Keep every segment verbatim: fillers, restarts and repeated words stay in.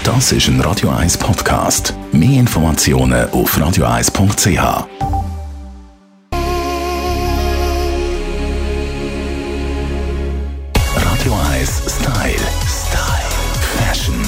Das ist ein Radio eins Podcast. Mehr Informationen auf radio eins punkt c h. Radio eins Style. Style. Fashion.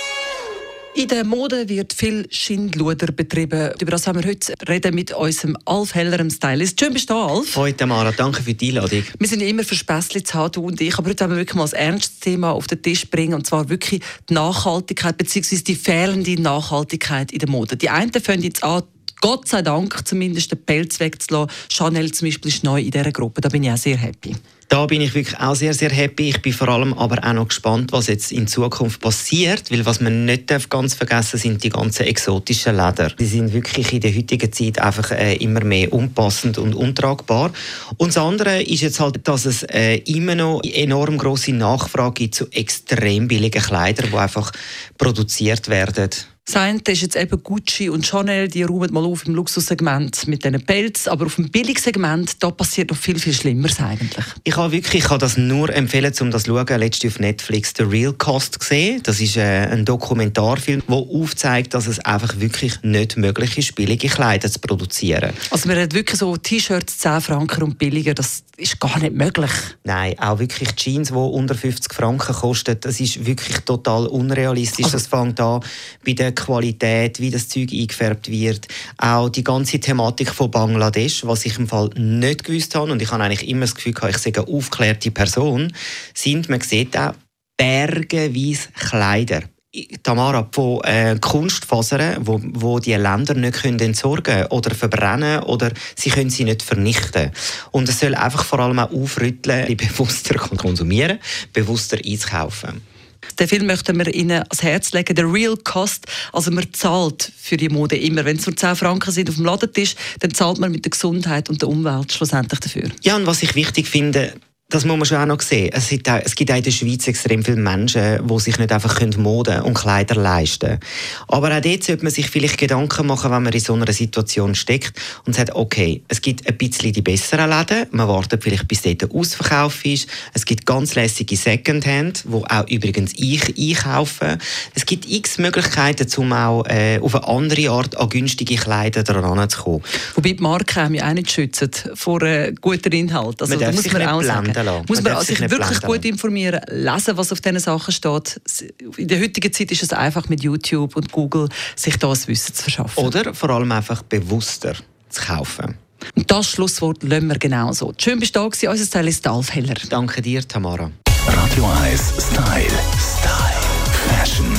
In der Mode wird viel Schindluder betrieben. Über das haben wir heute reden mit unserem Alf Heller, dem Stylist. Schön bist du da, Alf. Hoi Tamara, danke für die Einladung. Wir sind ja immer für Späßchen zu haben, du und ich. Aber heute wollen wir wirklich mal ein ernstes Thema auf den Tisch bringen. Und zwar wirklich die Nachhaltigkeit bzw. die fehlende Nachhaltigkeit in der Mode. Die einen fangen jetzt an, Gott sei Dank zumindest den Pelz wegzulassen. Chanel zum Beispiel ist neu in dieser Gruppe. Da bin ich auch sehr happy. Da bin ich wirklich auch sehr, sehr happy. Ich bin vor allem aber auch noch gespannt, was jetzt in Zukunft passiert. Weil was man nicht ganz vergessen darf, sind die ganzen exotischen Leder. Die sind wirklich in der heutigen Zeit einfach äh, immer mehr unpassend und untragbar. Und das andere ist jetzt halt, dass es äh, immer noch enorm grosse Nachfrage gibt zu extrem billigen Kleidern, die einfach produziert werden. Das eine ist jetzt eben Gucci und Chanel, die räumen mal auf im Luxussegment mit diesen Pelz, aber auf dem Billigsegment, da passiert noch viel, viel Schlimmeres eigentlich. Ich kann wirklich, ich kann das nur empfehlen, um das zu schauen. Letztens auf Netflix «The Real Cost» gesehen. Das ist äh, ein Dokumentarfilm, der aufzeigt, dass es einfach wirklich nicht möglich ist, billige Kleider zu produzieren. Also man hat wirklich so T-Shirts zehn Franken und billiger, das ist gar nicht möglich. Nein, auch wirklich Jeans, die unter fünfzig Franken kosten, das ist wirklich total unrealistisch. Also, das fängt an bei der Qualität, wie das Zeug eingefärbt wird. Auch die ganze Thematik von Bangladesch, was ich im Fall nicht gewusst habe, und ich habe eigentlich immer das Gefühl gehabt, ich sei eine aufgeklärte Person, sind, man sieht auch, bergeweise Kleider. Tamara, von äh, Kunstfasern, wo, wo die Länder nicht können entsorgen oder verbrennen oder sie können sie nicht vernichten. Und es soll einfach vor allem auch aufrütteln, bewusster konsumieren, bewusster einzukaufen. Den Film möchten wir Ihnen ans Herz legen, «The Real Cost». Also man zahlt für die Mode immer. Wenn es nur zehn Franken sind auf dem Ladentisch, dann zahlt man mit der Gesundheit und der Umwelt schlussendlich dafür. Ja, und was ich wichtig finde, das muss man schon auch noch sehen. Es gibt auch, es gibt auch in der Schweiz extrem viele Menschen, die sich nicht einfach Mode und Kleider leisten können. Aber auch dort sollte man sich vielleicht Gedanken machen, wenn man in so einer Situation steckt und sagt, okay, es gibt ein bisschen die besseren Läden, man wartet vielleicht, bis dort der Ausverkauf ist. Es gibt ganz lässige Secondhand, wo auch übrigens ich einkaufe. Es gibt x Möglichkeiten, um auch äh, auf eine andere Art an günstige Kleider dran zu kommen. Wobei die Marken ja auch nicht schützen vor äh, gutem Inhalt. Also, man darf da muss sich man nicht auch blenden sagen. lassen. Muss man, man also sich wirklich gut informieren, lesen, was auf diesen Sachen steht. In der heutigen Zeit ist es einfach mit YouTube und Google, sich da das Wissen zu verschaffen. Oder vor allem einfach bewusster zu kaufen. Und das Schlusswort lassen wir genau so. Schön bist du da gewesen, unser Stylist Alf Heller. Danke dir, Tamara. Radio eins Style. Style. Fashion.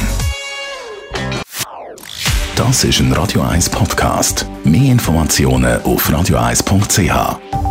Das ist ein Radio eins Podcast. Mehr Informationen auf radio eins punkt c h.